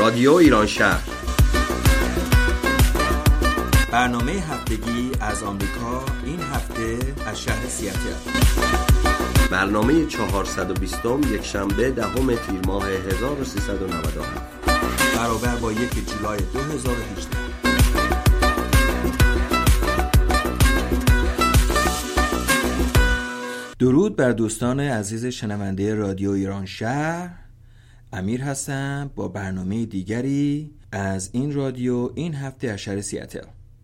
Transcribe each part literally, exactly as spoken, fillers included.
رادیو ایران شهر، برنامه هفتگی از آمریکا، این هفته از شهر سیاتل. برنامه چهارصد و بیستم یک شنبه دهم تیر ماه هزار و سیصد و نود و هفت برابر با یک جولای دو هزار و هجده. درود بر دوستان عزیز شنونده رادیو ایران شهر. امیر هستم با برنامه دیگری از این رادیو این هفته از شهر سیاتل.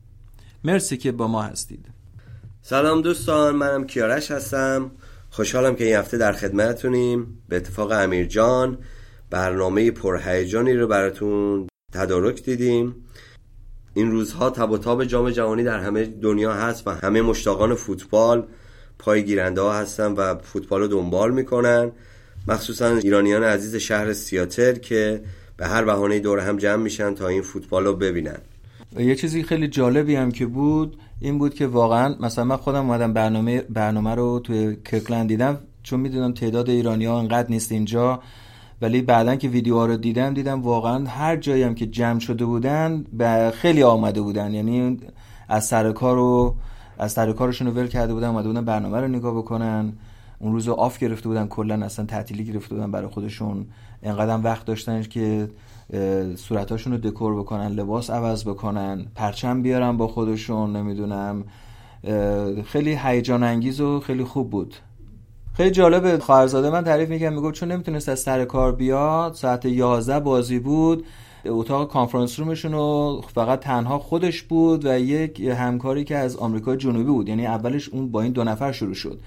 مرسی که با ما هستید. سلام دوستان، منم کیارش هستم. خوشحالم که این هفته در خدمتتونیم. به اتفاق امیر جان برنامه پرهیجانی رو براتون تدارک دیدیم. این روزها تب و تاب جام جهانی در همه دنیا هست و همه مشتاقان فوتبال پای گیرنده ها هستن و فوتبال رو دنبال میکنن، مخصوصا ایرانیان عزیز شهر سیاتل که به هر بهانه‌ای دور هم جمع میشن تا این فوتبال رو ببینن. یه چیزی خیلی جالبی هم که بود این بود که واقعا مثلا من خودم اومدم برنامه برنامه رو توی کرکلند دیدم، چون میدونم تعداد ایرانی‌ها انقدر نیست اینجا، ولی بعدن که ویدیوها رو دیدم دیدم واقعا هر جایی هم که جمع شده بودن به خیلی آمده بودن، یعنی از سر کار رو از سر کارشون رو ول کرده بودن اومده بودن برنامه رو نگاه بکنن. اون روزو آف گرفته بودن، کلا اصلا تعطیلی گرفته بودن برای خودشون، انقدر وقت داشتن که صورتاشون رو دکور بکنن، لباس عوض بکنن، پرچم بیارن با خودشون، نمیدونم. خیلی هیجان انگیز و خیلی خوب بود. خیلی جالبه. خواهرزاده من تعریف می‌کرد، میگفت چون نمیتونست از سر کار بیاد، ساعت یازده بازی بود، اتاق کانفرانس رومشون رو فقط تنها خودش بود و یک همکاری که از آمریکای جنوبی بود. یعنی اولش اون با این دو نفر شروع شد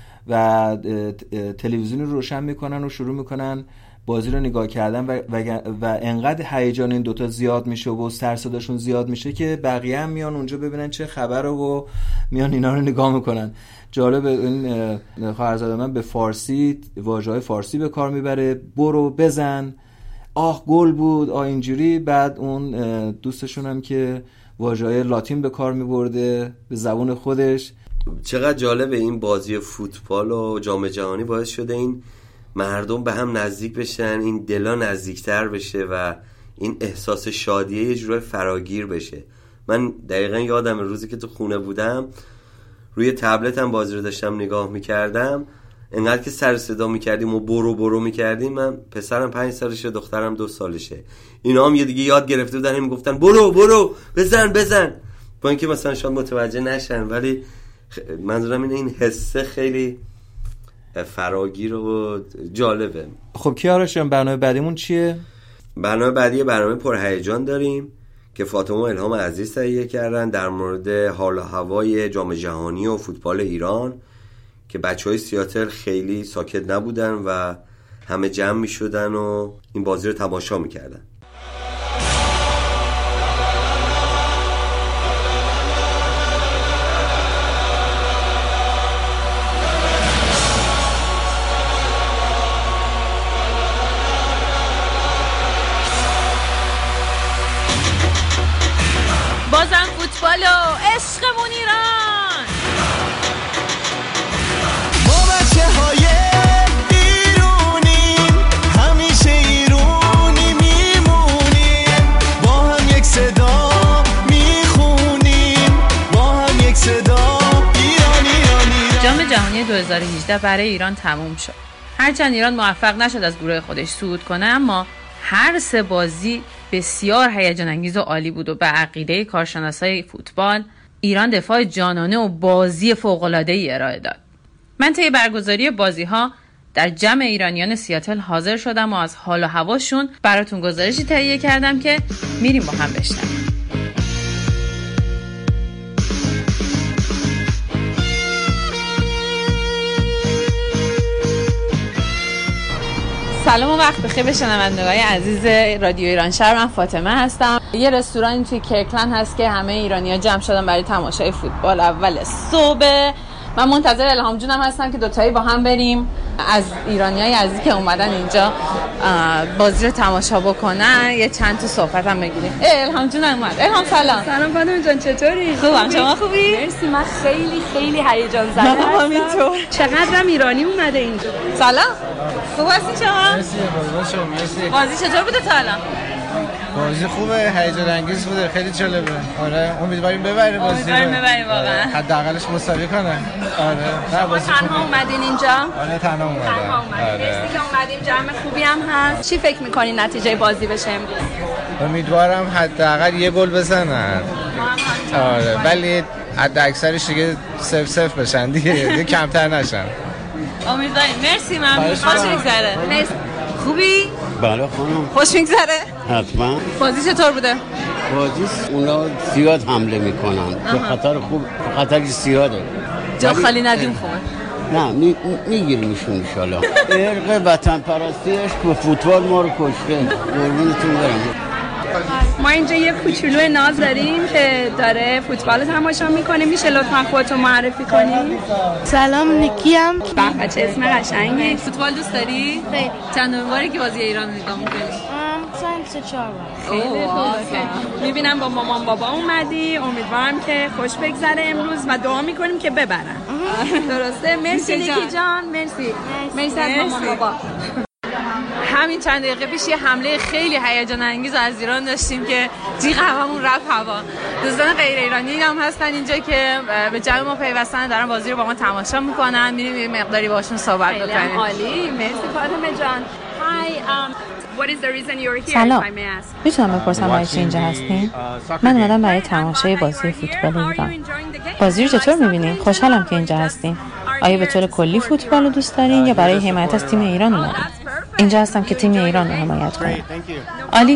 و تلویزیون رو روشن میکنن و شروع میکنن بازی رو نگاه کردن و, و, و انقدر هیجان این دوتا زیاد میشه و سر صداشون زیاد میشه که بقیه هم میان اونجا ببینن چه خبره و میان اینا رو نگاه میکنن. جالب، این خواهرزاده من به فارسی واژه‌های فارسی به کار میبره، برو بزن، آه گل بود، آه اینجوری. بعد اون دوستشون هم که واژه‌های لاتین به کار میبرده به زبون خودش. چقدر جالبه این بازی فوتبال و جام جهانی باعث شده این مردم به هم نزدیک بشن، این دلا نزدیکتر بشه و این احساس شادیه یه جورای فراگیر بشه. من دقیقا یادم روزی که تو خونه بودم روی تبلتم بازی رو داشتم نگاه میکردم، انقدر که سر صدا میکردیم و برو برو میکردیم. من پسرم پنج سالشه، دخترم دو سالشه، اینا هم یه دیگه یاد گرفته بودن، هم میگفتن برو برو بزن بزن، با اینکه مثلا شاید متوجه نشن، ولی منظورم اینه این حسه خیلی فراگیر و جالبه. خب کیارش جان، برنامه بعدیمون چیه؟ برنامه بعدی برنامه پرهیجان داریم که فاطمه و الهام عزیز تهیه کردن در مورد حال و هوای جام جهانی و فوتبال ایران، که بچهای سیاتل خیلی ساکت نبودن و همه جمع می شدن و این بازی رو تماشا می کردن. بازم فوتبال و عشقمون ایران. ما بچه های ایرونیم، همیشه ایرونی میمونیم، با هم یک صدا میخونیم، با هم یک صدا ایران ایران ایران. جام جهانی دو هزار و هجده برای ایران تموم شد. هرچند ایران موفق نشد از گروه خودش صعود کنه، اما هر سه بازی بسیار هیجان انگیز و عالی بود و به عقیده کارشناسای فوتبال ایران دفاع جانانه و بازی فوق‌العاده‌ای ارائه داد. من طی برگزاری بازی‌ها در جمع ایرانیان سیاتل حاضر شدم و از حال و هواشون براتون گزارشی تهیه کردم که میریم با هم بشنویم. سلام و وقت بخیر به شنوندگان عزیز رادیو ایران شهر. من فاطمه هستم. یه رستوران توی کرکلند هست که همه ایرانی‌ها جمع شدن برای تماشای فوتبال اول صبح. من منتظر الهام جونم هستم که دوتایی با هم بریم از ایرانیای عزیزی که اومدن اینجا بازی رو تماشا بکنن یه چند تا صحبت هم بگیریم. الهام جون اومد. الهام سلام. سلام فاطمه جان، چطوری؟ خوبم، شما خوبی؟ مرسی، من خیلی خیلی هیجان زده هستم. همینطور. چقدرم ایرانی اومده اینجا. سلام. خوب هستی شما؟ مرسی، قربان شما. مرسی. بازی چطور بوده تا الان؟ بازی خوبه، هیجان انگیز بوده، خیلی جالبه. آره امیدواریم ببره بازی. امیدواریم ببره واقعا. حداقلش مساوی کنه. آره. نه بازی تنها اومدین اینجا؟ آره تنها اومدم. تنها اومدین. آره. مرسی که اومدیم، جمع خوبی هم هست. چی فکر می‌کنین نتیجه بازی بشه امروز؟ امیدوارم حداقل یه گل بزنن. آره ولی حد اکثرش دیگه سف سف بشن دیگه، دیگه کمتر نشن. امیدواریم. مرسی ممنون. خوش میگذره. مرسی. خوبی؟ بله خانم. خوش میگذره؟ حتما. بازی چطور بوده؟ بازی اونا زیاد حمله میکنن. به خطر خوب خطر زیاده. جا خالی ندیم خوبه. نه می... میگیریمشون ان شاء الله. ارق وطن پرستیش به فوتبال ما رو کشته. قربونتون برم. ما اینجا یه کوچولو ناز داریم که داره فوتبال تماشا میکنه. میشه لطفا خودتو معرفی کنی؟ سلام، نیکیم. به چه اسم قشنگی. فوتبال دوست داری؟ خیلی. چند باری که بازی ایران نگاه میکنی؟ سه چهار بار. خیلی خوبه. میبینم با مامان بابا اومدی. امیدوارم که خوش بگذره امروز و دعا میکنیم که ببرن. درسته؟ مرسی نیکی جان. مرسی. مرسی از مامان بابا. همین چند دقیقه پیش یه حمله خیلی هیجان انگیز از ایران داشتیم که جیغ هممون رفت هوا. دوستان غیر ایرانی هم هستن اینجا که به جمع ما پیوستن، دارن بازی رو با ما تماشا میکنن. میریم یه مقداری باشون صحبت بکنیم. خیلی عالی. مرسی فاطمه جان. Hi, um, what is the reason you're here? سلام. میتونم بپرسم برای چی اینجا هستین؟ من اومدم برای تماشای بازی فوتبال ایران. بازی رو چطور میبینین؟ خوشحالم که اینجا هستین. آیا به طور کلی فوتبال رو دوست دارین یا برای حمایت از تیم ایران اومدین؟ اینجا هستم که تیم ایران رو حمایت کنم. عالی.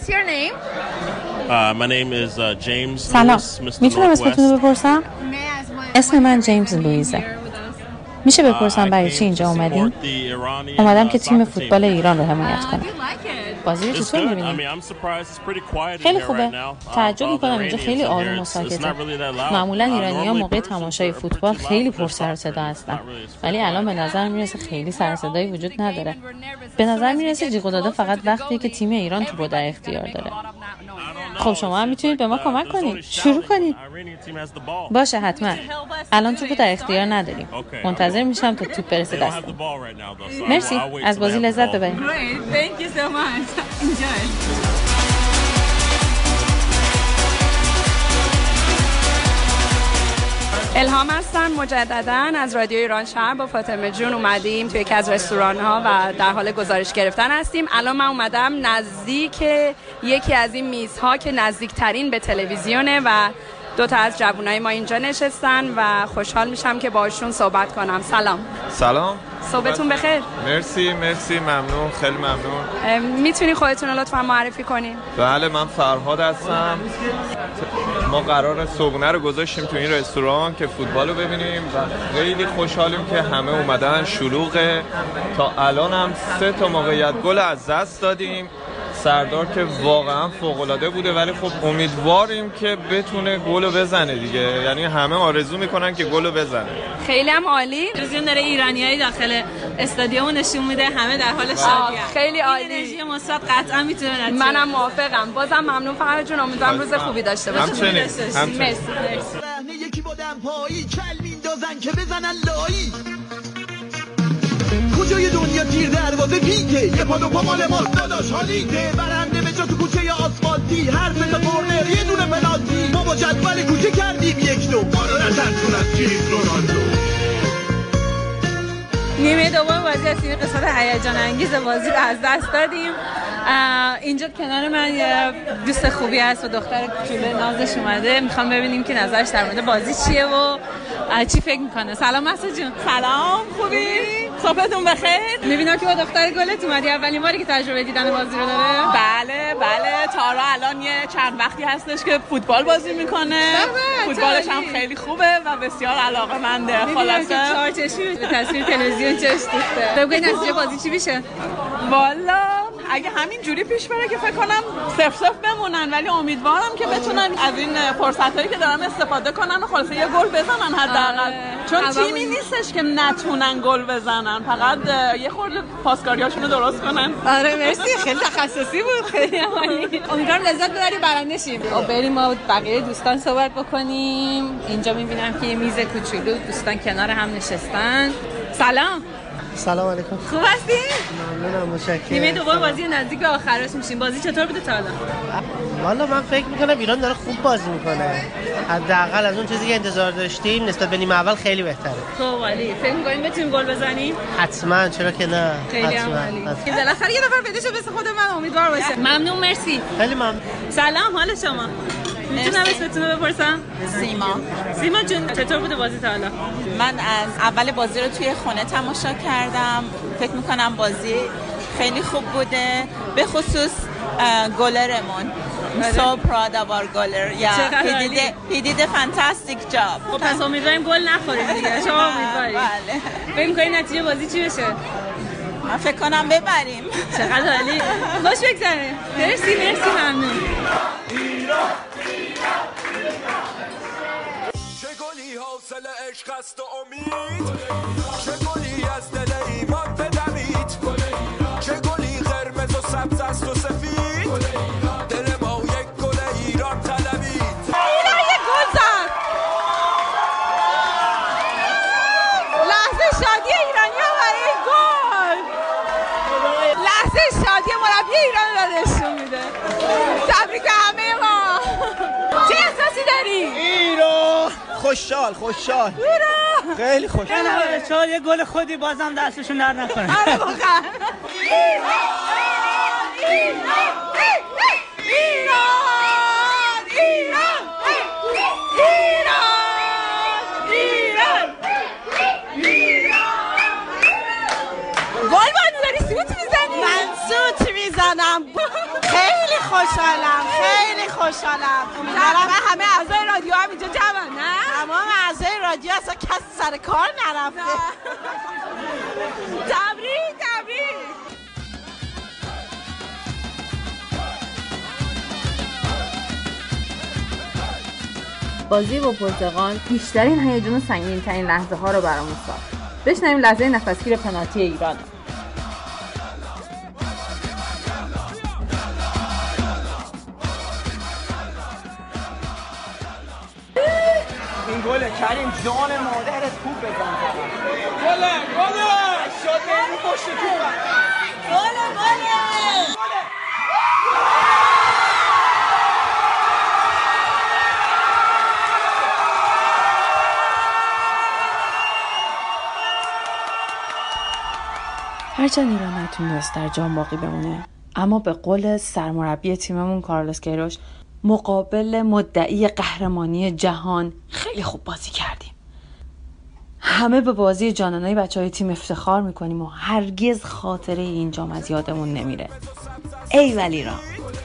سلام. میتونم اسمتون رو بپرسم؟ اسم من جیمز لوئیزه. میشه بپرسم برای چی اینجا اومدین؟ اومدم که تیم فوتبال ایران رو حمایت کنم. بازی رو چطور می‌بینید؟ خیلی خوبه. تعجب می‌کنم اینجا خیلی آروم و ساکته. معمولا ایرانی‌ها موقع تماشای فوتبال خیلی پر سر و صدا هستن. ولی الان به نظر میرسه خیلی سر و صدایی وجود نداره. به نظر میرسه جیغ و دادا فقط وقتی که تیم ایران تو در اختیار داره. خب شما هم میتونید به ما کمک کنید. شروع کنید. باشه حتما. الان توپو در اختیار نداریم. منتظر میشم تا توپ برسه دستم. مرسی. از بازی لذت ببرید. الهام هستن مجدداً از رادیو ایران شهر. با فاطمه جون اومدیم توی یکی از رستوران ها و در حال گزارش گرفتن هستیم. الان من اومدم نزدیک یکی از این میزها که نزدیکترین به تلویزیونه و دو تا از جوانای ما اینجا نشستن و خوشحال میشم که باشون صحبت کنم. سلام. سلام. صحبتون بخیر. مرسی مرسی ممنون، خیلی ممنون. میتونی خودتون رو لطفا معرفی کنین؟ بله من فرهاد هستم. ما قرار صبحونه رو گذاشتیم تو این رستوران که فوتبال رو ببینیم و خیلی خوشحالیم که همه اومدن. شلوغه. تا الان هم سه تا موقعیت گل از دست دادیم. سردار که واقعا فوق‌العاده بوده ولی خب امیدواریم که بتونه گل بزنه دیگه. یعنی همه آرزو میکنن که گل بزنه. خیلی هم عالی. تلویزیون داره ایرانیایی داخل استادیوم نشون میده، همه در حال شادی. خیلی عالی. انرژی مثبت قطعا میتونه. منم موافقم. بازم ممنون فرهاد جون. امیدوارم روز خوبی داشته باشید. همچنین. مرسی. مرسی. یکی بودن پایی کل میندازن که بزنن لایی. کجای دنیا تیر دروازه پیکه یه پا دو پا مال ماست داداش حالیده. برنده به جا تو کوچه یا آسفالتی هر سه تا کورنر یه دونه پنالتی. ما با جدول کوچه کردیم یک دو ما رو نترسون از کریس رونالدو. نیمه دوم بازی از این قسمت هیجان انگیز بازی رو از دست دادیم. اینجا کنار من یه دوست خوبی هست و دختر کوچولو نازش اومده. میخوام ببینیم که نظرش در مورد بازی چیه و چی فکر میکنه. سلام محسا جون. سلام، خوبی؟ صبحتون بخیر. میبینم که با دختر گلت اومدی. اولین باری که تجربه دیدن بازی رو داره. بله بله. تارا الان یه چند وقتی هستش که فوتبال بازی میکنه. فوتبالش هم خیلی خوبه و بسیار علاقه‌منده. خلاصه چهار چشمی به تصویر تلویزیون چش دوسته. بگید نتیجه بازی چی میشه؟ والا اگه همین جوری پیش بره که فکر کنم صفر صفر بمونن ولی امیدوارم که بتونن از این فرصتایی که دارن استفاده کنن و خلاصه یه گل بزنن حداقل. چون تیمی نیستش که نتونن گل بزنن، فقط یه خورده پاسکاریاشونو درست کنن. آره مرسی، خیلی تخصصی بود. خیلی عالی. امیدوارم لذت ببری برنده شیم. خب بریم ما بقیه دوستان صحبت بکنیم. اینجا میبینم که یه میز کوچولو دوستان کنار هم نشستن. سلام. سلام علیکم. خوب هستی؟ ممنونم، متشکرم. نیمه دوم بازی نزدیک به آخرش میشیم. بازی چطور بوده تا حالا؟ والا من فکر میکنم ایران داره خوب بازی میکنه. حداقل از اون چیزی که انتظار داشتیم نسبت به نیمه اول خیلی بهتره. خب عالی. فکر می‌کنین بتونیم گل بزنیم؟ حتما، چرا که نه. خیلی عالی. بالاخره یه نفر پیدا شد مثل خود من، امیدوار باشه. ممنون، مرسی. خیلی ممنون. سلام، حال شما؟ میتونم اسمتون رو بپرسم؟ سیما. سیما جون، چطور بوده بازی تا حالا؟ من از اول بازی رو توی خونه تماشا کردم. فکر میکنم بازی خیلی خوب بوده، به خصوص گلرمون. So proud of our goaler. Yeah, he did a, he did a fantastic job. خب پس امیدواریم گل نخوریم دیگه. شما امیدوارید؟ بله. فکر می‌کنید نتیجه بازی چی بشه؟ من فکر کنم ببریم. چقدر عالی. خوش بگذره. مرسی، مرسی، ممنون. چه گلی حاصل عشق است و امید، چه گلی از دل ایمان بدمید، چه گلی قرمز و سبز است و سفید، دل ما یک گل ایران طلبید. ایران یک گل زد. لحظه شادی ایرانی‌ها برای گل، لحظه شادی مربی ایران را نشون میده. تبریک همه ما. چه احساسی داری؟ ایران خوشحال خوشحال ایران خیلی خوشحال. چهار یه گل خودی بازم دستشون در نکنه. آره واقعا. ایران ایران ایران ایران ایران ایران. گل باید داری سوت میزنی؟ من سوت میزنم. خیلی خوشحالم، خیلی خوشحالم. امیدوارم همه اعضای رادیو هم اینجا جمعن. نه تمام اعضای رادیو اصلا کسی سر کار نرفته. تبریک تبریک. بازی با پرتغال بیشترین هیجان و سنگین‌ترین لحظه ها رو برامون ساخت. بشنویم لحظه نفسگیر پنالتی ایران. این گله کریم جان مادرت خوب بزن فقط. گله گله شد به پشت توپ. گله گله. هرچند ایران نتونست در جام باقی بمونه، اما به قول سرمربی تیممون کارلوس کیروش، مقابل مدعی قهرمانی جهان خیلی خوب بازی کردیم. همه به بازی جانانه بچهای تیم افتخار میکنیم و هرگز خاطره این جام از یادمون نمیره. ای ولی ایران.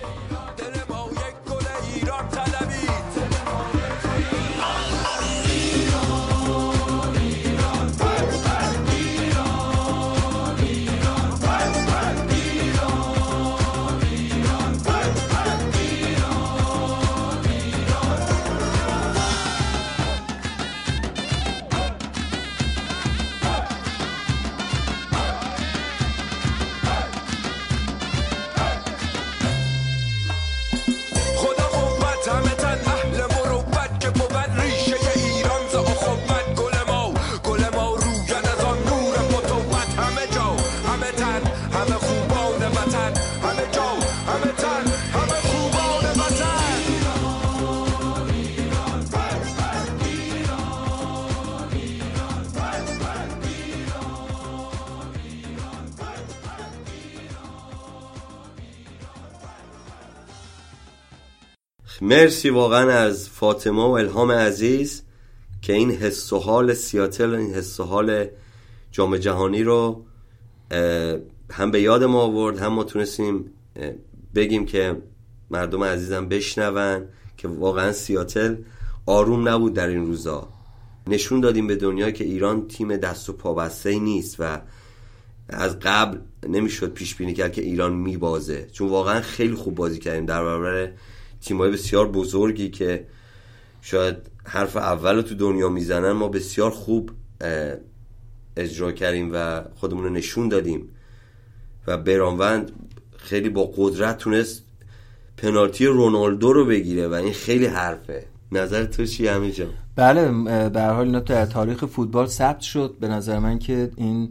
مرسی واقعا از فاطمه و الهام عزیز که این حس و حال سیاتل، این حس و حال جام جهانی رو هم به یاد ما آورد، هم ما تونستیم بگیم که مردم عزیزم بشنون که واقعا سیاتل آروم نبود در این روزا. نشون دادیم به دنیا که ایران تیم دست و پا بسته نیست و از قبل نمیشد پیش بینی کرد که ایران میبازه، چون واقعا خیلی خوب بازی کردیم در برابر تیم‌های بسیار بزرگی که شاید حرف اول رو تو دنیا میزنن. ما بسیار خوب اجرا کردیم و خودمون رو نشون دادیم و برانوند خیلی با قدرت تونست پنالتی رونالدو رو بگیره و این خیلی حرفه. نظر تو چیه همینجا؟ بله، به هر حال اینا در تاریخ فوتبال ثبت شد. به نظر من که این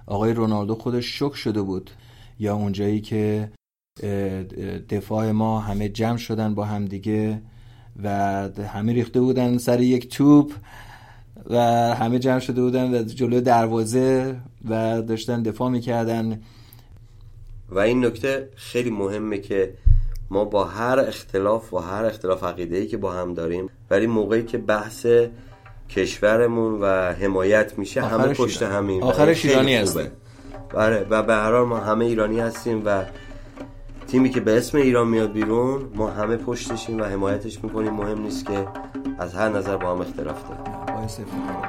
آقای رونالدو خودش شوک شده بود، یا اونجایی که دفاع ما همه جمع شدن با هم دیگه و همه ریخته بودن سر یک توپ و همه جمع شده بودن و جلوی دروازه و داشتن دفاع میکردن. و این نکته خیلی مهمه که ما با هر اختلاف و هر اختلاف عقیده‌ای که با هم داریم، ولی موقعی که بحث کشورمون و حمایت میشه همه پشت همیم. آخرش ایرانی هستیم. آره و به هر حال ما همه ایرانی هستیم و تیمی که به اسم ایران میاد بیرون ما همه پشتشیم و حمایتش میکنیم. مهم نیست که از هر نظر با هم اختلاف داریم. باعث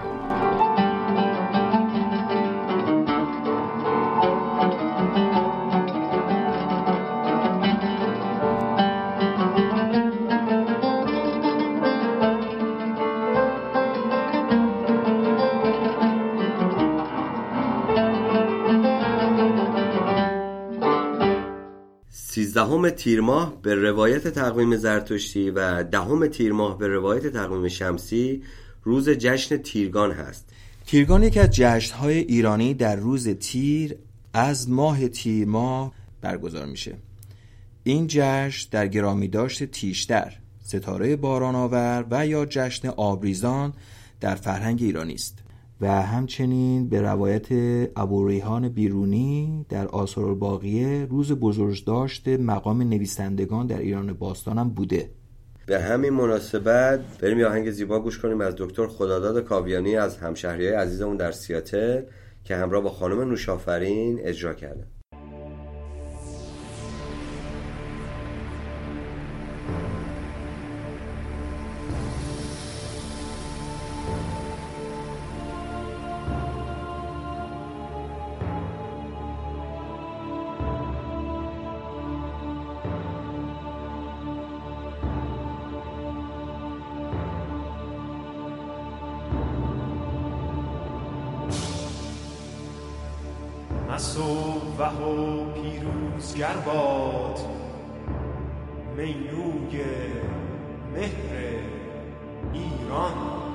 سیزدهم تیر ماه به روایت تقویم زرتشتی و دهم تیر ماه به روایت تقویم شمسی روز جشن تیرگان هست. تیرگان یکی از جشن‌های ایرانی در روز تیر از ماه تیر ماه برگزار میشه. این جشن در گرامی داشت تیشتر، ستاره باران آور و یا جشن آبریزان در فرهنگ ایرانی است و همچنین به روایت ابوریحان بیرونی در آثار الباقیه روز بزرگداشت مقام نویسندگان در ایران باستان هم بوده. به همین مناسبت بریم یه آهنگ زیبا گوش کنیم از دکتر خداداد کاویانی از همشهریای عزیزمون در سیاتل که همراه با خانم نوشافرین اجرا کرده. مسوح و پیروزگر باد مینوی مهر ایران.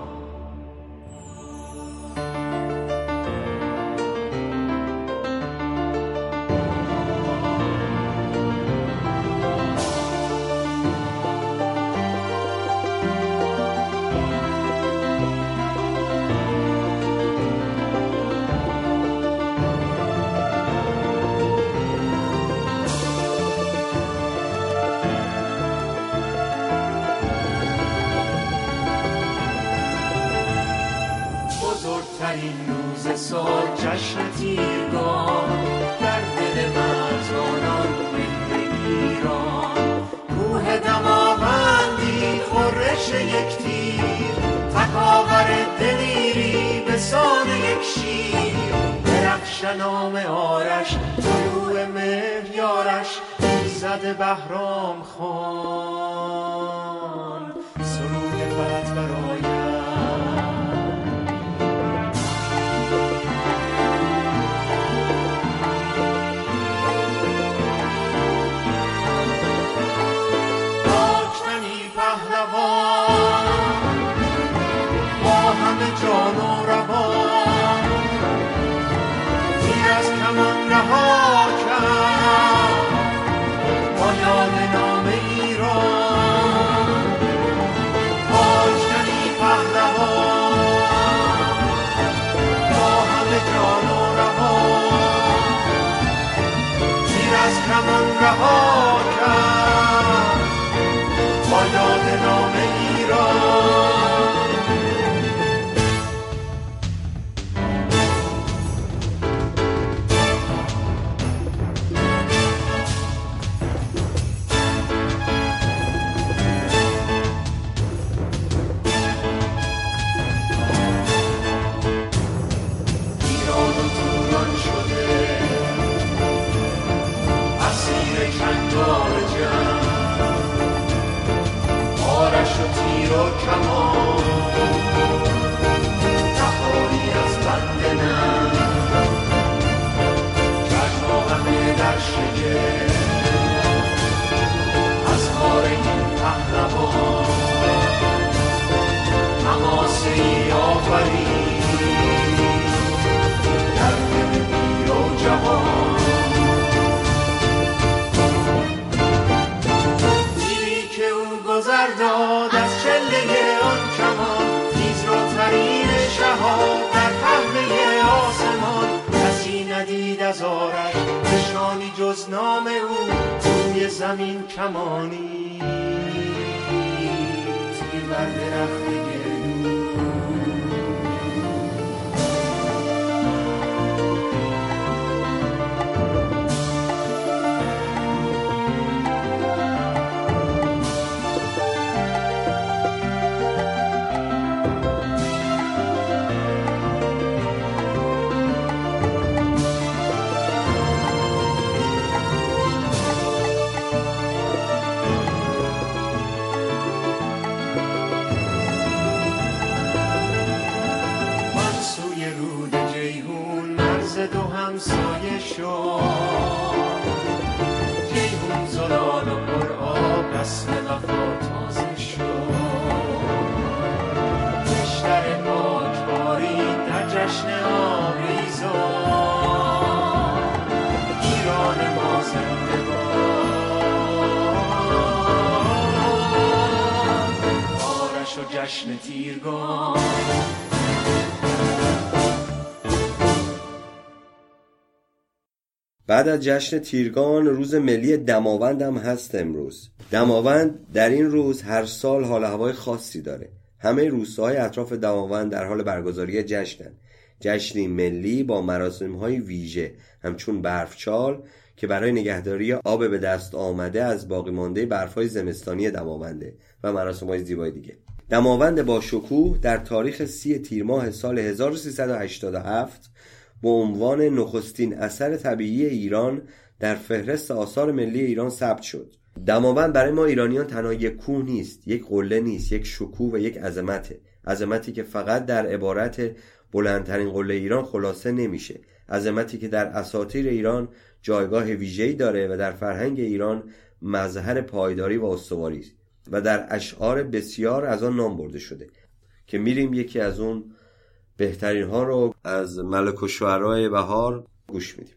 این روز سال جشن تیرگان در دل مرزبانان مهر ایران. کوه دماوندی خورش یک تیر، تکاور دلیری به سان یک شیر. درخش نام آرش طلوع مهر یارش، ایزد بهرام خان سرود فتح برایم. جان و روان تیر از کمان رها کرد با یاد نام ایران. پاکتنی پهلوان با همه جان و روان تیر از کمان رها کرد با یاد نام ایران. Can زمین کمانی تیر بر درخت گردو. همسایه شد جیهون زلال و پر آب رسم وفا تازه شد. نشتر پاکباری در جشن آویزان ایران ما زنده باد. آرش و جشن تیرگان. بعد از جشن تیرگان روز ملی دماوند هم هست امروز. دماوند در این روز هر سال حال هوای خاصی داره. همه روستاهای اطراف دماوند در حال برگزاری جشنن. جشنی ملی با مراسم‌های ویژه همچون برفچال که برای نگهداری آب به دست آمده از باقی مانده برف‌های زمستانی دماونده و مراسم‌های زیبای دیگه. دماوند با شکوه در تاریخ سی تیر ماه سال هزار و سیصد و هشتاد و هفت به عنوان نخستین اثر طبیعی ایران در فهرست آثار ملی ایران ثبت شد. دماوند برای ما ایرانیان تنها یک کوه نیست، یک قله نیست، یک شکوه و یک عظمته. عظمتی که فقط در عبارت بلندترین قله ایران خلاصه نمیشه. عظمتی که در اساطیر ایران جایگاه ویژه‌ای داره و در فرهنگ ایران مظهر پایداری و استواری است و در اشعار بسیار از آن نام برده شده که میریم یکی از اون بهترین ها رو از ملک الشعراء بهار گوش میدیم.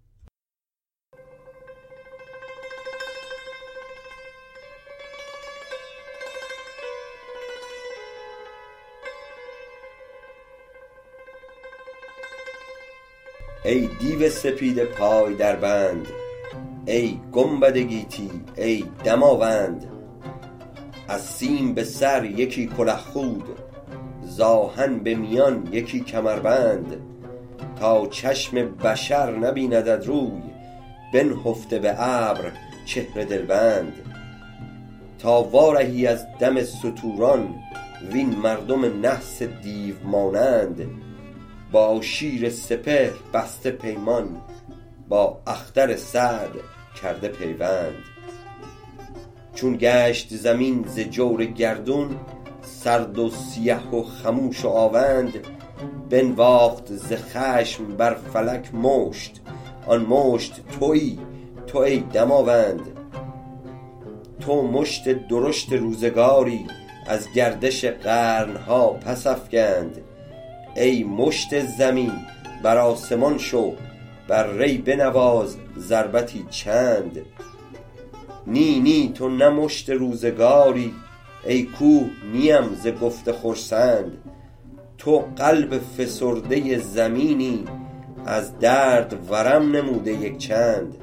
ای دیو سپید پای در بند، ای گنبد گیتی، ای دماوند. از سیم به سر یکی کله خود، زاهن به میان یکی کمربند. تا چشم بشر نبیندد روی، بنهفته به ابر چهره دلبند. تا وارهی از دم ستوران، وین مردم نحس دیو مانند. با شیر سپهر بسته پیمان، با اختر سعد کرده پیوند. چون گشت زمین ز جور گردون، سرد و سیه و خموش و آوند. بنواخت ز خشم بر فلک مشت، آن مشت تویی تو ای دماوند. تو مشت درشت روزگاری، از گردش قرنها پس افکند. ای مشت زمین بر آسمان شو، بر ری بنواز ضربتی چند. نی نی تو نه مشت روزگاری، ای کوه نیم ز گفت خرسند. تو قلب فسرده زمینی، از درد ورم نموده یک چند.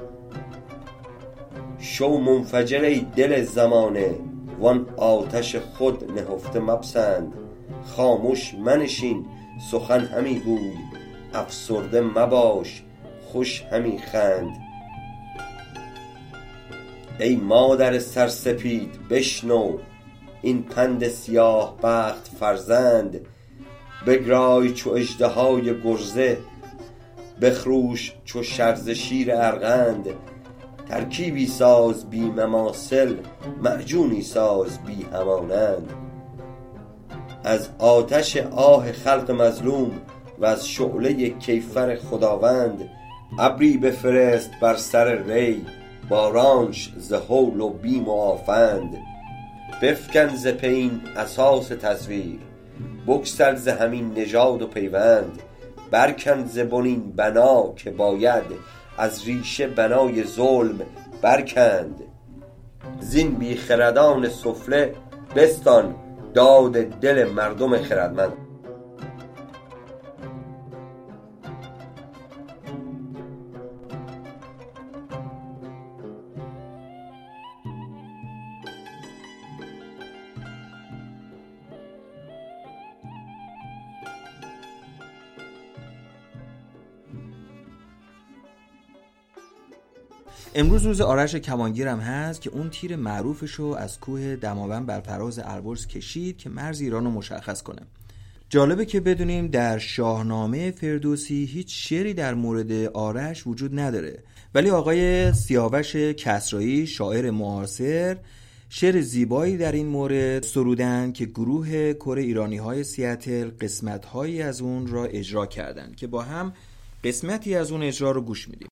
شو منفجر ای دل زمانه، وان آتش خود نهفته مپسند. خاموش منشین سخن همی گوی، افسرده مباش خوش همی خند. ای مادر سرسپید بشنو، این پند سیاه بخت فرزند. بگرای چو اژدهای گرزه، بخروش چو شرز شیر ارغند. ترکیبی ساز بی مماثل، معجونی ساز بی همانند. از آتش آه خلق مظلوم، و از شعله کیفر خداوند. ابری بفرست بر سر ری، بارانش ز هول و بیم و آفند. بفکن ز پین اساس تصویر، بگسل ز همین نژاد و پیوند. برکن ز بنین بنا که باید، از ریشه بنای ظلم برکند. زین بی خردان سفله بستان، داد دل مردم خردمند. امروز روز آرش کمانگیرم هست که اون تیر معروفشو از کوه دماوند بر فراز البرز کشید که مرز ایران رو مشخص کنه. جالبه که بدونیم در شاهنامه فردوسی هیچ شعری در مورد آرش وجود نداره، ولی آقای سیاوش کسرایی شاعر معاصر شعر زیبایی در این مورد سرودن که گروه کور ایرانی‌های سیاتل قسمت‌هایی از اون را اجرا کردن که با هم قسمتی از اون اجرا رو گوش میدیم.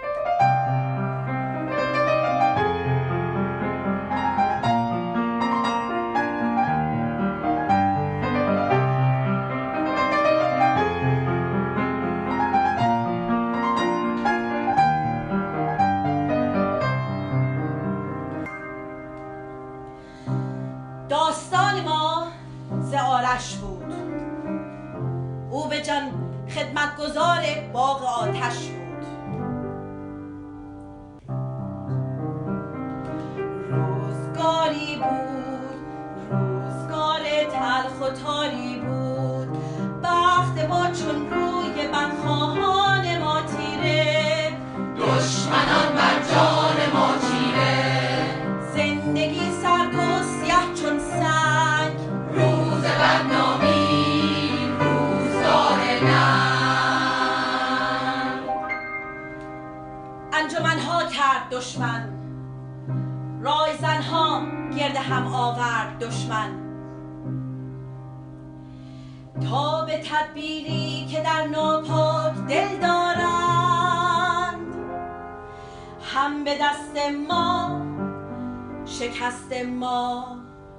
داستان ما ز آرش بود، او به جان خدمتگزار باغ آتش بود. روزگاری بود، روزگار تلخ و تاری بود، بخت ما چون روی بدخواهان ما تیره، دشمنان بر جان ما تیره، زندگی سرد و سیاه چون سنگ، روز بدنامی روزگار ننگ. انجمنها کرد دشمن، رایزنها گرد هم آورد دشمن، تا به تدبیری که در ناپاک دل دارند، هم به دست ما شکست ما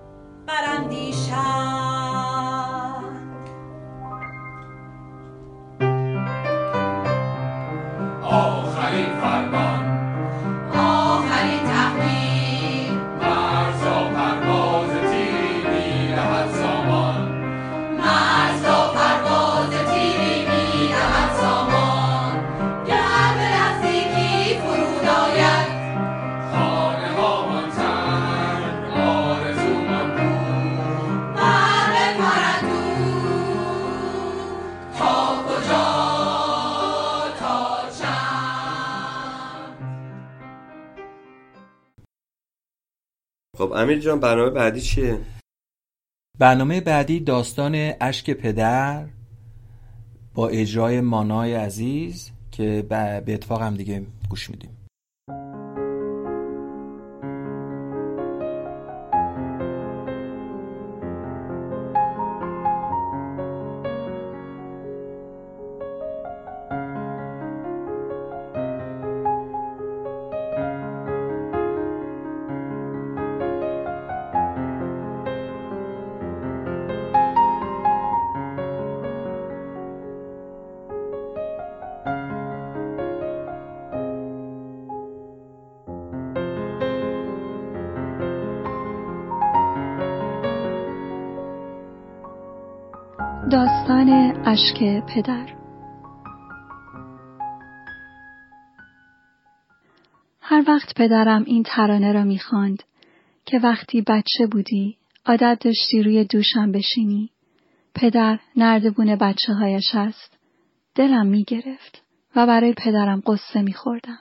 برندیشند. آخرین فرمان، آخرین تقدیر، مرزا پرواز تیری می‌دهد سامان، مرزا پرواز تیری می‌دهد سامان، گر به نزدیکی فرود آید، خانه ها مانتن آرزومان بود، بر بپرد تا کجا تا چند. خب امیر جان برنامه بعدی چیه؟ برنامه بعدی داستان اشک پدر با اجرای مانای عزیز که به اتفاق هم دیگه گوش میدیم. داستان اشک پدر. هر وقت پدرم این ترانه را می‌خواند که وقتی بچه بودی عادت داشتی روی دوشم بشینی، پدر نردبون بچه هایش است، دلم می‌گرفت و برای پدرم قصه می‌خوردم.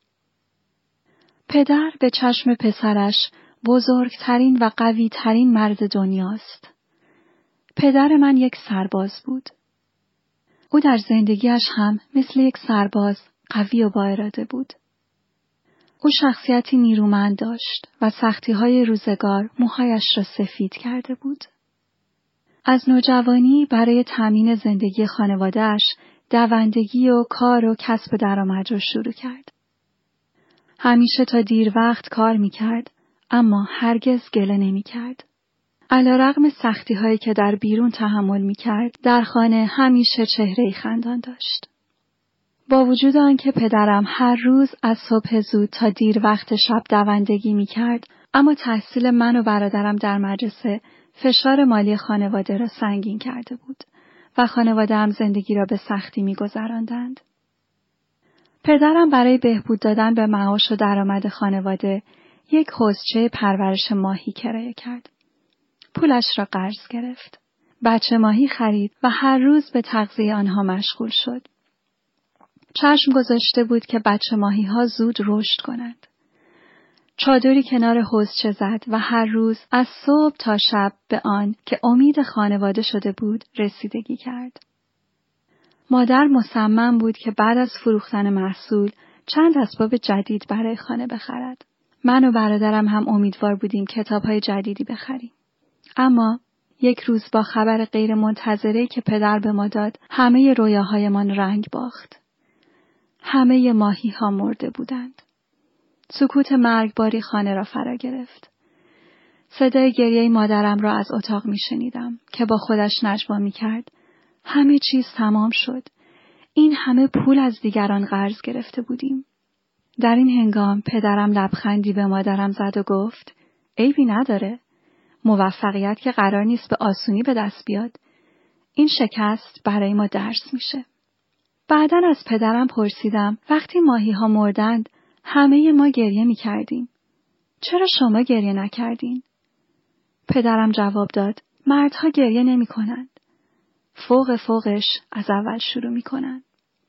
پدر به چشم پسرش بزرگترین و قوی‌ترین مرد دنیاست. پدر من یک سرباز بود. او در زندگیش هم مثل یک سرباز قوی و با اراده بود. او شخصیتی نیرومند داشت و سختی‌های روزگار موهایش را سفید کرده بود. از نوجوانی برای تامین زندگی خانواده‌اش دوندگی و کار و کسب درآمد را شروع کرد. همیشه تا دیر وقت کار می‌کرد، اما هرگز گله نمی‌کرد. علی‌رغم سختی‌هایی که در بیرون تحمل می‌کرد، در خانه همیشه چهره‌ای خندان داشت. با وجود آنکه پدرم هر روز از صبح زود تا دیر وقت شب دوندگی می‌کرد، اما تحصیل من و برادرم در مدرسه فشار مالی خانواده را سنگین کرده بود و خانواده هم زندگی را به سختی می‌گذراندند. پدرم برای بهبود دادن به معاش و درآمد خانواده یک حوضچه پرورش ماهی کرایه کرد. پولش را قرض گرفت. بچه ماهی خرید و هر روز به تغذیه آنها مشغول شد. چشم گذاشته بود که بچه ماهی ها زود رشد کنند. چادری کنار حوضچه زد و هر روز از صبح تا شب به آن که امید خانواده شده بود رسیدگی کرد. مادر مصمم بود که بعد از فروختن محصول چند اسباب جدید برای خانه بخرد. من و برادرم هم امیدوار بودیم کتاب‌های جدیدی بخریم. اما یک روز با خبر غیر منتظره‌ای که پدر به ما داد، همه رویاهایمان رنگ باخت. همه ماهی‌ها مرده بودند. سکوت مرگباری خانه را فرا گرفت. صدای گریه مادرم را از اتاق می شنیدم که با خودش نجوا می کرد. همه چیز تمام شد. این همه پول از دیگران قرض گرفته بودیم. در این هنگام پدرم لبخندی به مادرم زد و گفت عیبی نداره. موفقیت که قرار نیست به آسونی به دست بیاد. این شکست برای ما درس میشه. بعداً از پدرم پرسیدم وقتی ماهی ها مردند همه ما گریه می کردیم. چرا شما گریه نکردین؟ پدرم جواب داد مردها گریه نمی کنند. فوق فوقش از اول شروع می کنند.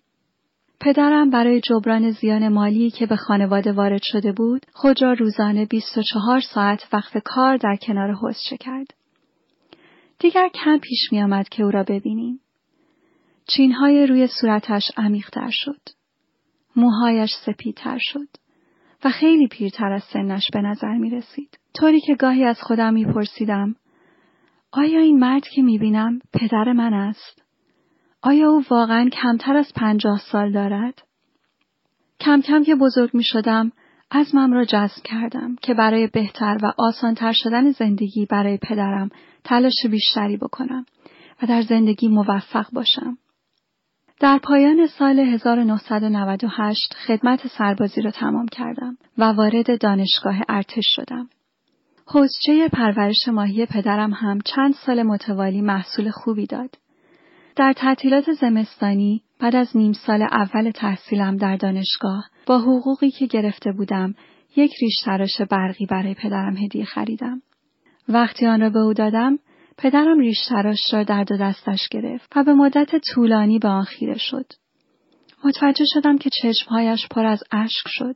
پدرم برای جبران زیان مالی که به خانواده وارد شده بود خود را روزانه بیست و چهار ساعت وقف کار در کنار حوضچه کرد. دیگر کم پیش می آمد که او را ببینیم. چینهای روی صورتش عمیق‌تر شد. موهایش سپیدتر شد و خیلی پیرتر از سنش به نظر می رسید. طوری که گاهی از خودم می پرسیدم آیا این مرد که می بینم پدر من است؟ آیا او واقعا کمتر از پنجاه سال دارد؟ کم کم که بزرگ می شدم عزمم را جزم کردم که برای بهتر و آسانتر شدن زندگی برای پدرم تلاش بیشتری بکنم و در زندگی موفق باشم. در پایان سال هزار و نهصد و نود و هشت خدمت سربازی را تمام کردم و وارد دانشگاه ارتش شدم. حوضچه پرورش ماهی پدرم هم چند سال متوالی محصول خوبی داد. در تعطیلات زمستانی بعد از نیم سال اول تحصیلم در دانشگاه با حقوقی که گرفته بودم یک ریش تراش برقی برای پدرم هدیه خریدم. وقتی آن را به او دادم پدرم ریش تراش را در دو دستش گرفت و به مدت طولانی به آن خیره شد. متوجه شدم که چشمهایش پر از اشک شد.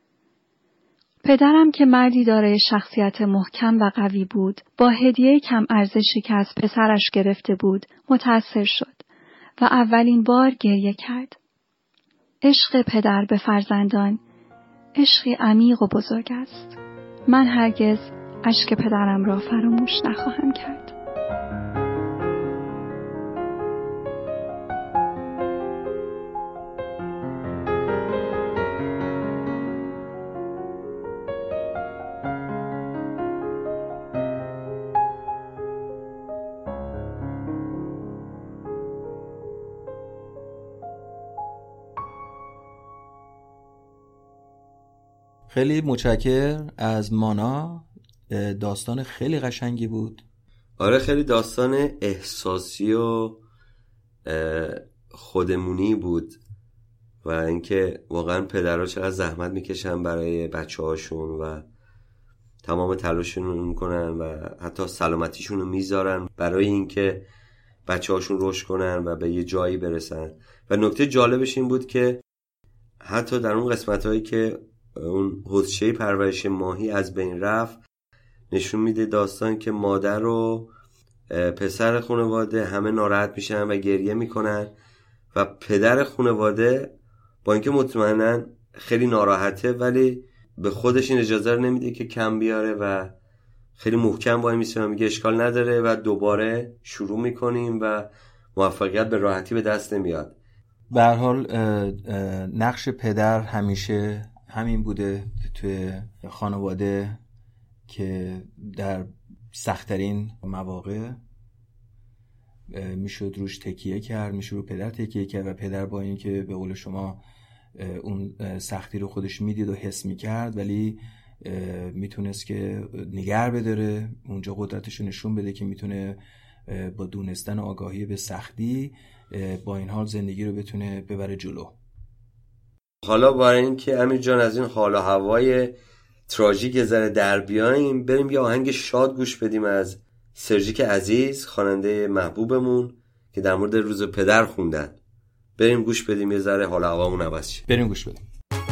پدرم که مردی دارای شخصیت محکم و قوی بود، با هدیه کم ارزشی که از پسرش گرفته بود، متأثر شد و اولین بار گریه کرد. عشق پدر به فرزندان، عشقی عمیق و بزرگ است. من هرگز اشک پدرم را فراموش نخواهم کرد. خیلی متشکر از مانا، داستان خیلی قشنگی بود. آره خیلی داستان احساسی و خودمونی بود و اینکه واقعا پدرها چقدر زحمت میکشن برای بچه هاشون و تمام تلاششون رو میکنن و حتی سلامتیشون رو میذارن برای اینکه بچه هاشون رشد کنن و به یه جایی برسن. و نکته جالبش این بود که حتی در اون قسمت هایی که اون حوضچه پرورش ماهی از بین رفت نشون میده داستان که مادر و پسر خانواده همه ناراحت میشن و گریه میکنن و پدر خانواده با اینکه مطمئناً خیلی ناراحته ولی به خودش این اجازه رو نمیده که کم بیاره و خیلی محکم وای میسه و میگه اشکال نداره و دوباره شروع میکنیم و موفقیت به راحتی به دست نمیاد. به هر حال نقش پدر همیشه همین بوده توی خانواده که در سخت‌ترین مواقع میشد روش تکیه کرد، میشد رو پدر تکیه کرد و پدر با این که به قول شما اون سختی رو خودش میدید و حس میکرد ولی میتونست که نگه بداره، اونجا قدرتش رو نشون بده که میتونه با دونستن و آگاهی به سختی با این حال زندگی رو بتونه ببره جلو. حالا برای اینکه امیر جان از این حال و هوای تراژیک ذره در بیاییم بریم یه آهنگ شاد گوش بدیم از سرژیک عزیز، خواننده محبوبمون که در مورد روز پدر خوندن. بریم گوش بدیم یه ذره حال هوامون عوض شه. بریم گوش بدیم.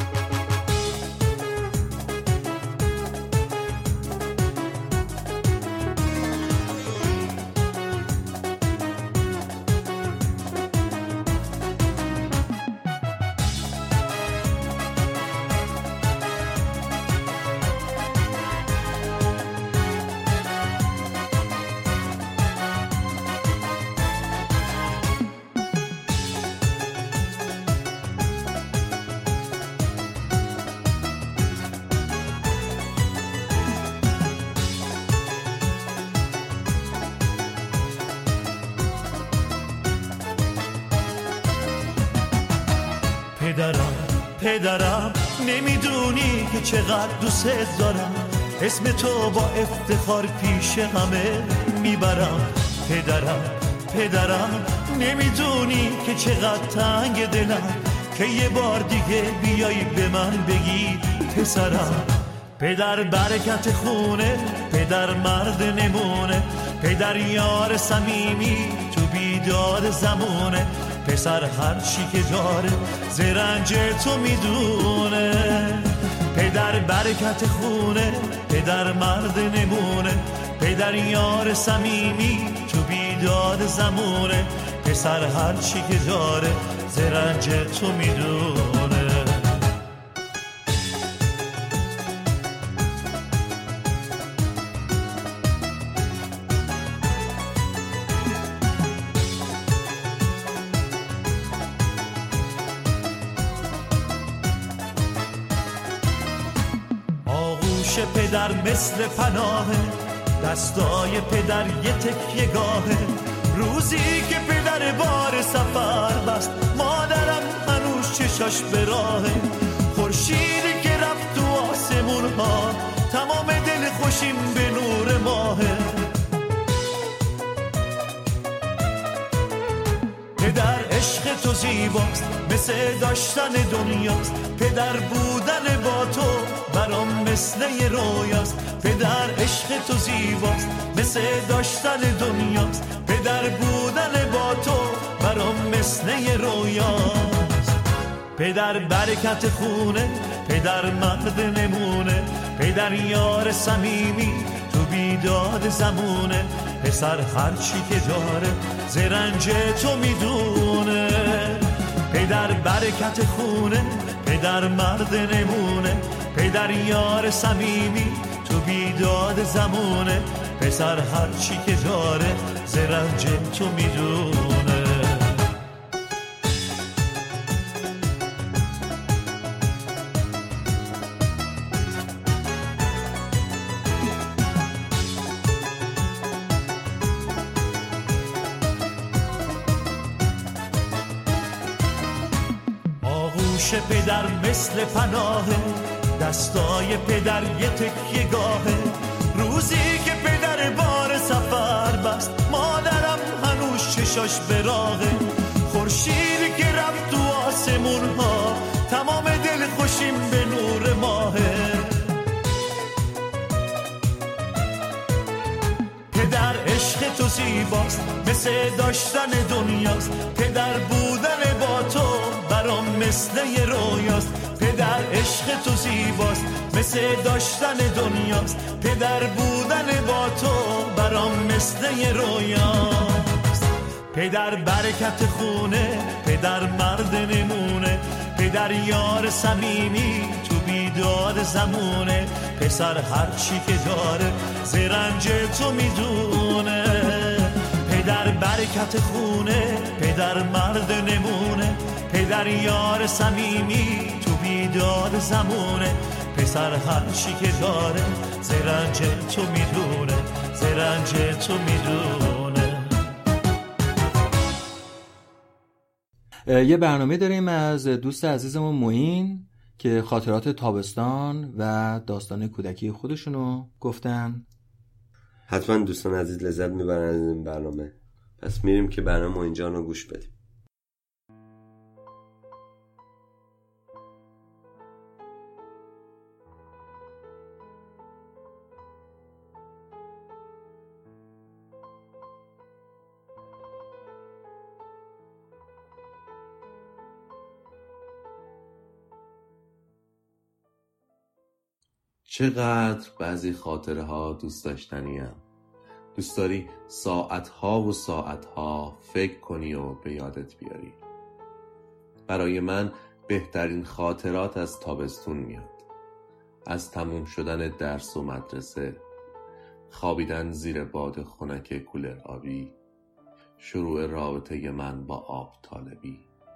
پدرم پدرم نمیدونی که چقدر دوست دارم، اسم تو با افتخار پیش همه میبرم. پدرم پدرم نمیدونی که چقدر تنگ دلم، که یه بار دیگه بیایی به من بگی پسرم. پدر برکت خونه، پدر مرد نمونه، پدر یار صمیمی تو بیداد زمونه. پسر هر چی که داره زرنج تو میدونه. پدر برکت خونه، پدر مرد نمونه، پدر یار صمیمی تو بیداد زمونه. پسر هر چی که داره زرنج تو میدونه. پدر مثل پناهه، دستای پدر یه تکیه گاهه. روزی که پدر بار سفر بست، مادرم هنوز چشاش به راهه. خورشیدی که رفت تو آسمون ها، تمام دل خوشیم به نور ماهه. پدر عشق تو زیباست، مثل داشتن دنیاست. پدر بودن با تو برام مثل یه رویاست. پدر عشق تو زیباست، مثل داشتن دنیاست. پدر بودن با تو برام مثل یه رویاست. پدر برکت خونه، پدر مرد نمونه، پدر یار صمیمی تو بیداد زمونه. پسر هر چی که داره زرنج تو میدونه. پدر برکت خونه، پدر مرد نمونه، پدر یار صمیمی تو بیداد زمونه. پسر هر چی که داره زرنج تو میدونه. آغوش پدر مثل پناهه، دستای پدر یه تکیه گاهه. روزی که پدر بار سفر بست، مادرم هنوز چشاش به راهه. خورشیدی که رفت تو آسمون ها، تمام دل خوشیم به نور ماهه. پدر عشق تو زیباست، مثل داشتن دنیاست. پدر بودن با تو برام مثل یه رویاست. پدر عشق تو زیباست، مثل داشتن دنیاست. پدر بودن با تو برام مثل یه رویاست. پدر برکت خونه، پدر مرد نمونه، پدر یار صمیمی تو بیداد زمونه. پسر هر چی که داره زرنج تو میدونه. پدر برکت خونه، پدر مرد نمونه، پدر یار صمیمی تو بیداد زمونه. پسر هر چی که داره زرنج تو میدونه، زرنج تو میدونه. یه برنامه داریم از دوست عزیزمون معین که خاطرات تابستان و داستان کودکی خودشونو گفتن. حتما دوستان عزیز لذت میبرن از این برنامه. پس میریم که برنامه اینجا رو گوش بدیم. چقدر بعضی خاطره ها دوست داشتنیم. دوست داری ساعتها و ساعتها فکر کنی و به یادت بیاری. برای من بهترین خاطرات از تابستون میاد. از تموم شدن درس و مدرسه، خوابیدن زیر باد خنک کولر آبی، شروع رابطه من با آب طالبی،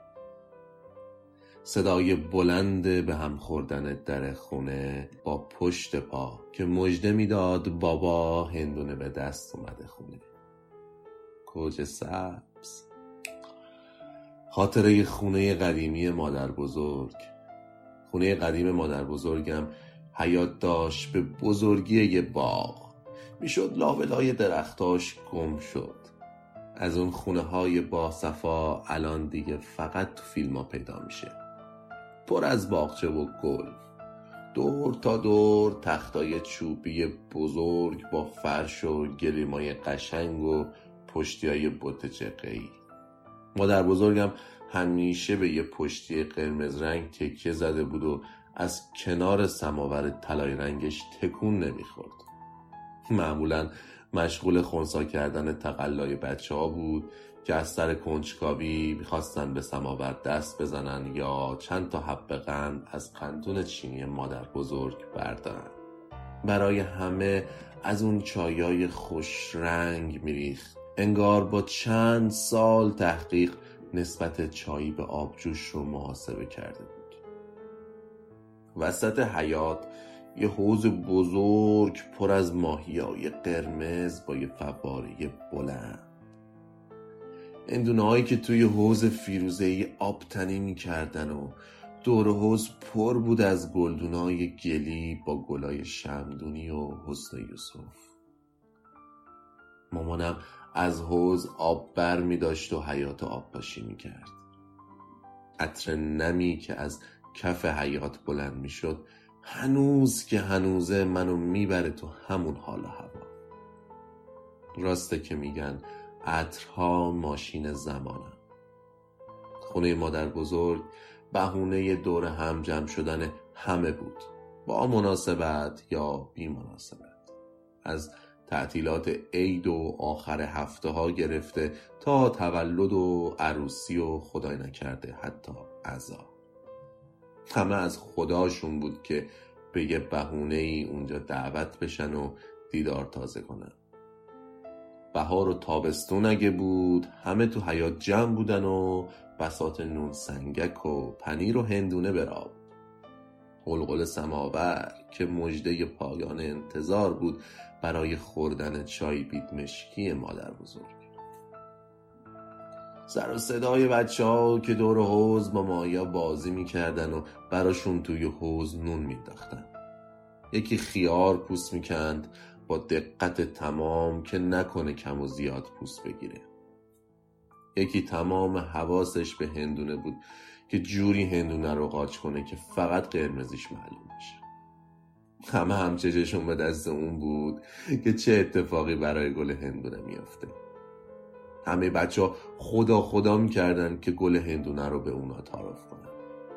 صدای بلند به هم خوردن در خونه با پشت پا که مژده میداد بابا هندونه به دست اومده خونه. کوچه سبز، خاطره خونه قدیمی مادر بزرگ. خونه قدیم مادر بزرگم حیاط داشت به بزرگی یه باغ. میشد لابلای درختاش گم شد. از اون خونه های با صفا الان دیگه فقط تو فیلم ها پیدا میشه. پر از باغچه و گل، دور تا دور تختای چوبی بزرگ با فرش و گلیمای قشنگ و پشتیای بوت چقه‌ای. مادر بزرگم همیشه به یه پشتی قرمز رنگ تکیه زده بود و از کنار سماور طلایی رنگش تکون نمیخورد. معمولاً مشغول خنثی کردن تقلای بچه ها بود که از سر کنجکاوی میخواستن به سماور دست بزنن یا چند تا حب قند از قندون چینی مادر بزرگ بردارن. برای همه از اون چایای خوش رنگ میریخت. انگار با چند سال تحقیق نسبت چایی به آبجوش رو محاسبه کرده بود. وسط حیاط یه حوض بزرگ پر از ماهیای قرمز با یه فواره بلند. هندونه هایی که توی حوض فیروزه‌ای آب تنی می‌کردن و دور حوض پر بود از گلدونای گلی با گلای شمدونی و حسن یوسف. مامانم از حوض آب بر می داشت و حیاط آب پاشی می کرد. عطر نمی که از کف حیاط بلند می شد هنوز که هنوزه منو می بره تو همون حال و هوا. راسته که میگن عطرها ماشین زمانم. خونه مادر بزرگ بهونه دور هم جمع شدن همه بود، با مناسبت یا بی مناسبت. از تعطیلات عید و آخر هفته ها گرفته تا تولد و عروسی و خدای نکرده حتی عزا. همه از خداشون بود که به یه بهونه ای اونجا دعوت بشن و دیدار تازه کنن. بهار و تابستون اگه بود همه تو حیاط جمع بودن و بساط نون سنگک و پنیر و هندونه براب. قلقل سماور که مژده پایان انتظار بود برای خوردن چای بید مشکی مادر بزرگ. سر و صدای بچه ها که دور حوض با مایا بازی میکردن و براشون توی حوض نون میداختن. یکی خیار پوست میکند با دقت تمام که نکنه کم و زیاد پوست بگیره. یکی تمام حواسش به هندونه بود که جوری هندونه رو قاچ کنه که فقط قرمزیش معلوم بشه. همه هم چششون به دست اون بود که چه اتفاقی برای گل هندونه میافته. همه بچه ها خدا خدا میکردن که گل هندونه رو به اونا تعارف کنن.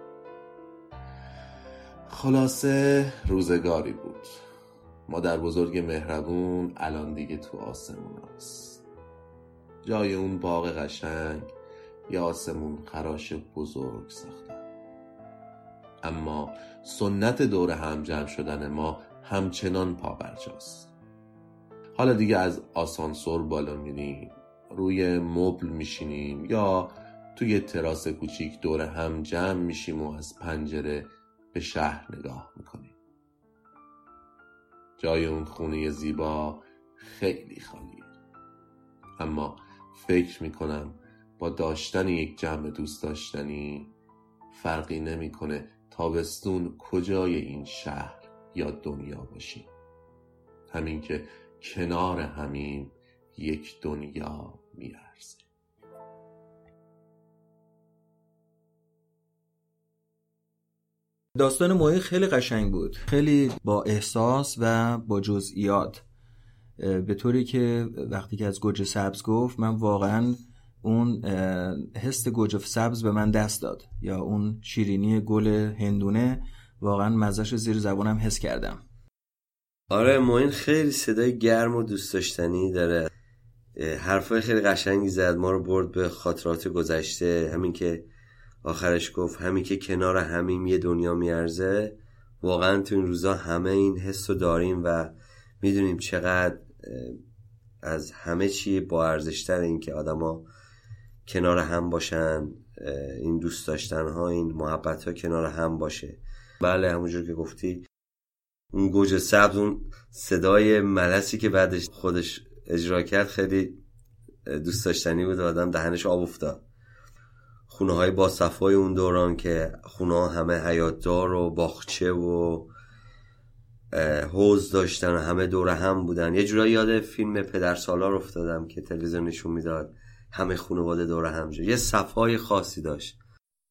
خلاصه روزگاری بود. مادر بزرگ مهربون الان دیگه تو آسمون هست. جای اون باغ قشنگ یا آسمون خراش بزرگ ساختن. اما سنت دور هم جمع شدن ما همچنان پابرجاست. حالا دیگه از آسانسور بالا میریم، روی مبل میشینیم یا توی تراس کوچیک دور هم جمع میشیم و از پنجره به شهر نگاه میکنیم. جای اون خونه زیبا خیلی خالیه. اما فکر میکنم با داشتن یک جمع دوست داشتنی فرقی نمیکنه تابستون کجای این شهر یا دنیا باشیم. همین که کنار همین یک دنیا میارزه. داستان موهی خیلی قشنگ بود، خیلی با احساس و با جزئیات، به طوری که وقتی که از گوجه سبز گفت من واقعا اون حس گوجه سبز به من دست داد، یا اون شیرینی گل هندونه واقعا مزهش زیر زبانم حس کردم. آره معین خیلی صدای گرم و دوست داشتنی داره، حرفای خیلی قشنگی زد، ما رو برد به خاطرات گذشته. همین که آخرش گفت همین که کنار همیم یه دنیا میارزه، واقعا تو این روزا همه این حس رو داریم و میدونیم چقدر از همه چی با ارزشتر این که آدم ها کنار هم باشن، این دوست داشتن ها، این محبت ها کنار هم باشه. بله همونجور که گفتی اون گوجه سبز، اون صدای ملسی که بعدش خودش اجرا کرد خیلی دوست داشتنی بود و آدم دهنش آب افتاد. خونه های با صفای اون دوران که خونه ها همه حیاتدار و باغچه و حوض داشتن و همه دور هم بودن. یه جورایی یاد فیلم پدرسالار افتادم که تلویزیون نشون میداد، همه خانواده دور هم جا. یه صفای خاصی داشت.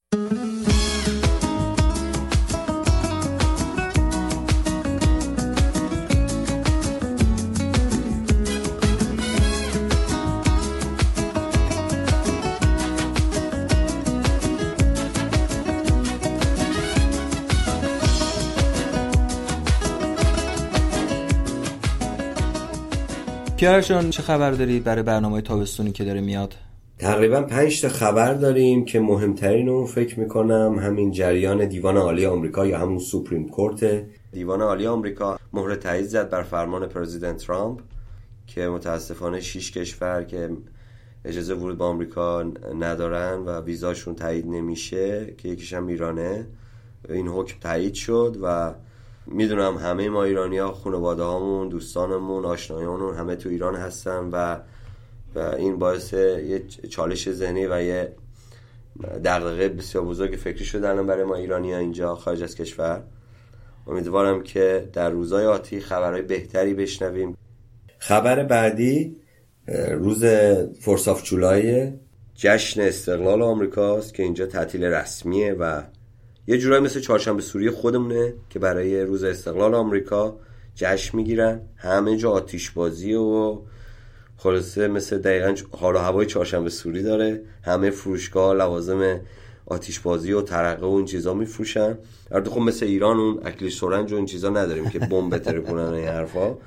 کیارشون چه خبر دارید برای برنامه تابستونی که داره میاد؟ تقریبا پنج تا خبر داریم که مهمترین اون فکر میکنم همین جریان دیوان عالی آمریکا یا همون سوپریم کورت. دیوان عالی آمریکا مهر تایید زد بر فرمان پرزیدنت ترامپ که متاسفانه شش کشور که اجازه ورود به آمریکا ندارن و ویزاشون تایید نمیشه که یکیش هم ایرانه. این حکم تایید شد و میدونم همه ما ایرانی‌ها، خانواده هامون، دوستانمون، آشنایانمون همه تو ایران هستن و و این باعث یه چالش ذهنی و یه دغدغه بسیار بزرگ فکری شدن برای ما ایرانی‌ها اینجا خارج از کشور. امیدوارم که در روزهای آتی خبرهای بهتری بشنویم. خبر بعدی روز فورس آف جولای، جشن استقلال آمریکاست که اینجا تعطیل رسمیه و یه جورایی مثل چهارشنبه سوری خودمونه که برای روز استقلال آمریکا جشن میگیرن. همه جا آتش بازی و خلاصه مثل دقیقاً حال و هوای چهارشنبه سوری داره. همه فروشگاه لوازم آتش بازی و ترقه و این چیزا میفروشن. البته خب مثل ایران اون اکل سرنج و این چیزا نداریم که بمب بتره کنن این حرفا.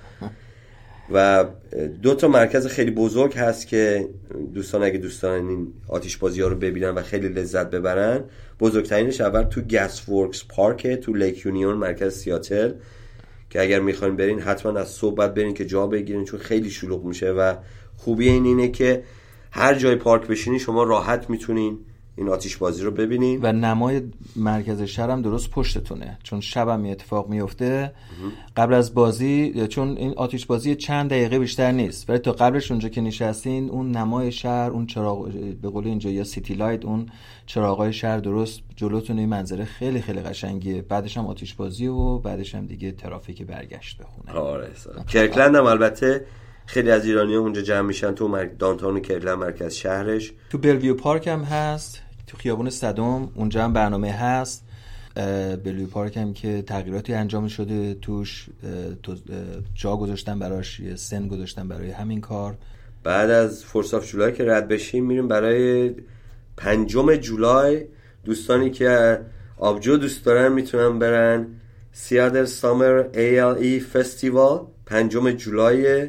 و دو تا مرکز خیلی بزرگ هست که دوستان اگه دوستان این آتش بازی ها رو ببینن و خیلی لذت ببرن، بزرگترینش اول تو گس ورکس پارک تو لیک یونیون مرکز سیاتل که اگر میخواین برین حتما از صبح بعد برین که جا بگیرین چون خیلی شلوغ میشه و خوبی این اینه که هر جای پارک بشینین شما راحت میتونین این آتش بازی رو ببینین و نمای مرکز شهر هم درست پشتتونه چون شب هم اتفاق میفته قبل از بازی، چون این آتش بازی چند دقیقه بیشتر نیست ولی تا قبلش اونجا که نشستین اون نمای شهر، اون چراغ به قول اینجا یا سیتی لایت، اون چراغای شهر درست جلوتون، این منظره خیلی خیلی قشنگیه. بعدش هم آتش بازی و بعدش هم دیگه ترافیک برگشت به خونه. آره کرکلند هم البته خیلی از ایرانی‌ها اونجا جمع میشن تو مرکز دانتون کرکلند مرکز شهرش. تو بلویو پارک هم هست، تو خیابون صدم اونجا هم برنامه هست. بلویو پارک هم که تغییراتی انجام شده توش، تو جا گذاشتن براش، سن گذاشتن برای همین کار. بعد از فورس آف جولای که رد بشیم میریم برای پنجم جولای. دوستانی که آبجو دوست دارن میتونن برن سیادل سامر ای ال ای فستیوال پنجم جولای.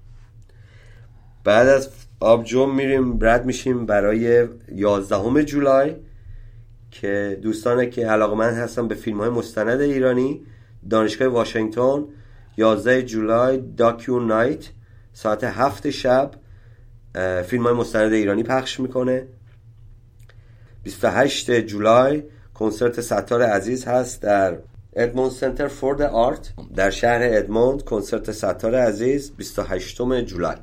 بعد از آبجو میریم رد میشیم برای یازدهم جولای که دوستانی که علاقه‌مند هستن به فیلم‌های مستند ایرانی، دانشگاه واشنگتن یازده جولای داکیو نایت ساعت هفت شب فیلم‌های مستند ایرانی پخش میکنه. بیست و هشتم جولای کنسرت ستار عزیز هست در ادموند سنتر فور د آرت در شهر ادموند. کنسرت ستار عزیز بیست و هشتم جولای.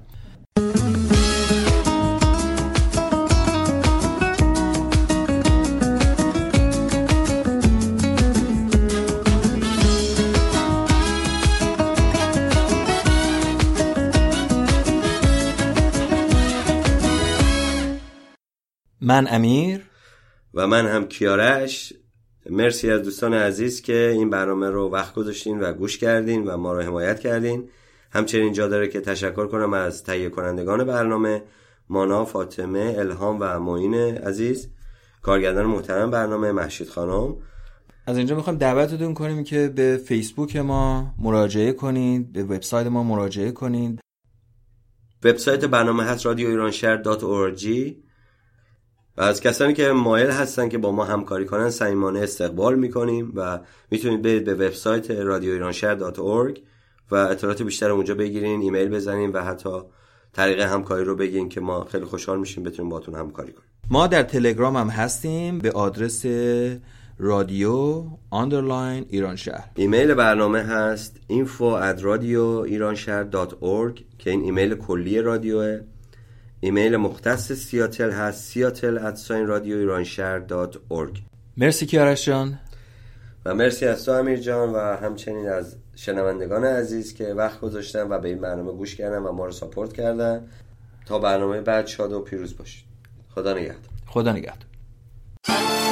من امیر و من هم کیارش. مرسی از دوستان عزیز که این برنامه رو وقت گذاشتین و گوش کردین و ما رو حمایت کردین. همچنین جا داره که تشکر کنم از تهیه کنندگان برنامه، مانا، فاطمه، الهام و معین عزیز، کارگردان محترم برنامه مهشید خانم از اینجا میخوایم دعوتتون کنیم که به فیسبوک ما مراجعه کنید، به وبسایت ما مراجعه کنید. وبسایت برنامه هست رادیو ایران شهر دات او آر جی و از کسانی که مایل هستن که با ما همکاری کنن صمیمانه استقبال میکنیم و میتونید برید به وبسایت رادیو ایران شهر دات اورگ و اطلاعات بیشتر اونجا بگیرین، ایمیل بزنین و حتی طریق همکاری رو بگین که ما خیلی خوشحال میشیم بتونیم باهاتون همکاری کنیم. ما در تلگرام هم هستیم به آدرس رادیو آندرلاین ایران شهر. ایمیل برنامه هست اینفو ات رادیو ایران شهر دات اورگ که این ایمیل کلی رادیوه. ایمیل مختص سیاتل هست سیاتل ات رادیو ایران شهر دات اورگ. مرسی کیارش جان و مرسی از تو امیر جان و همچنین از شنوندگان عزیز که وقت گذاشتن و به این برنامه گوش کردن و ما رو ساپورت کردن. تا برنامه بعد شاد و پیروز باشید. خدا نگهدار. خدا نگهدار.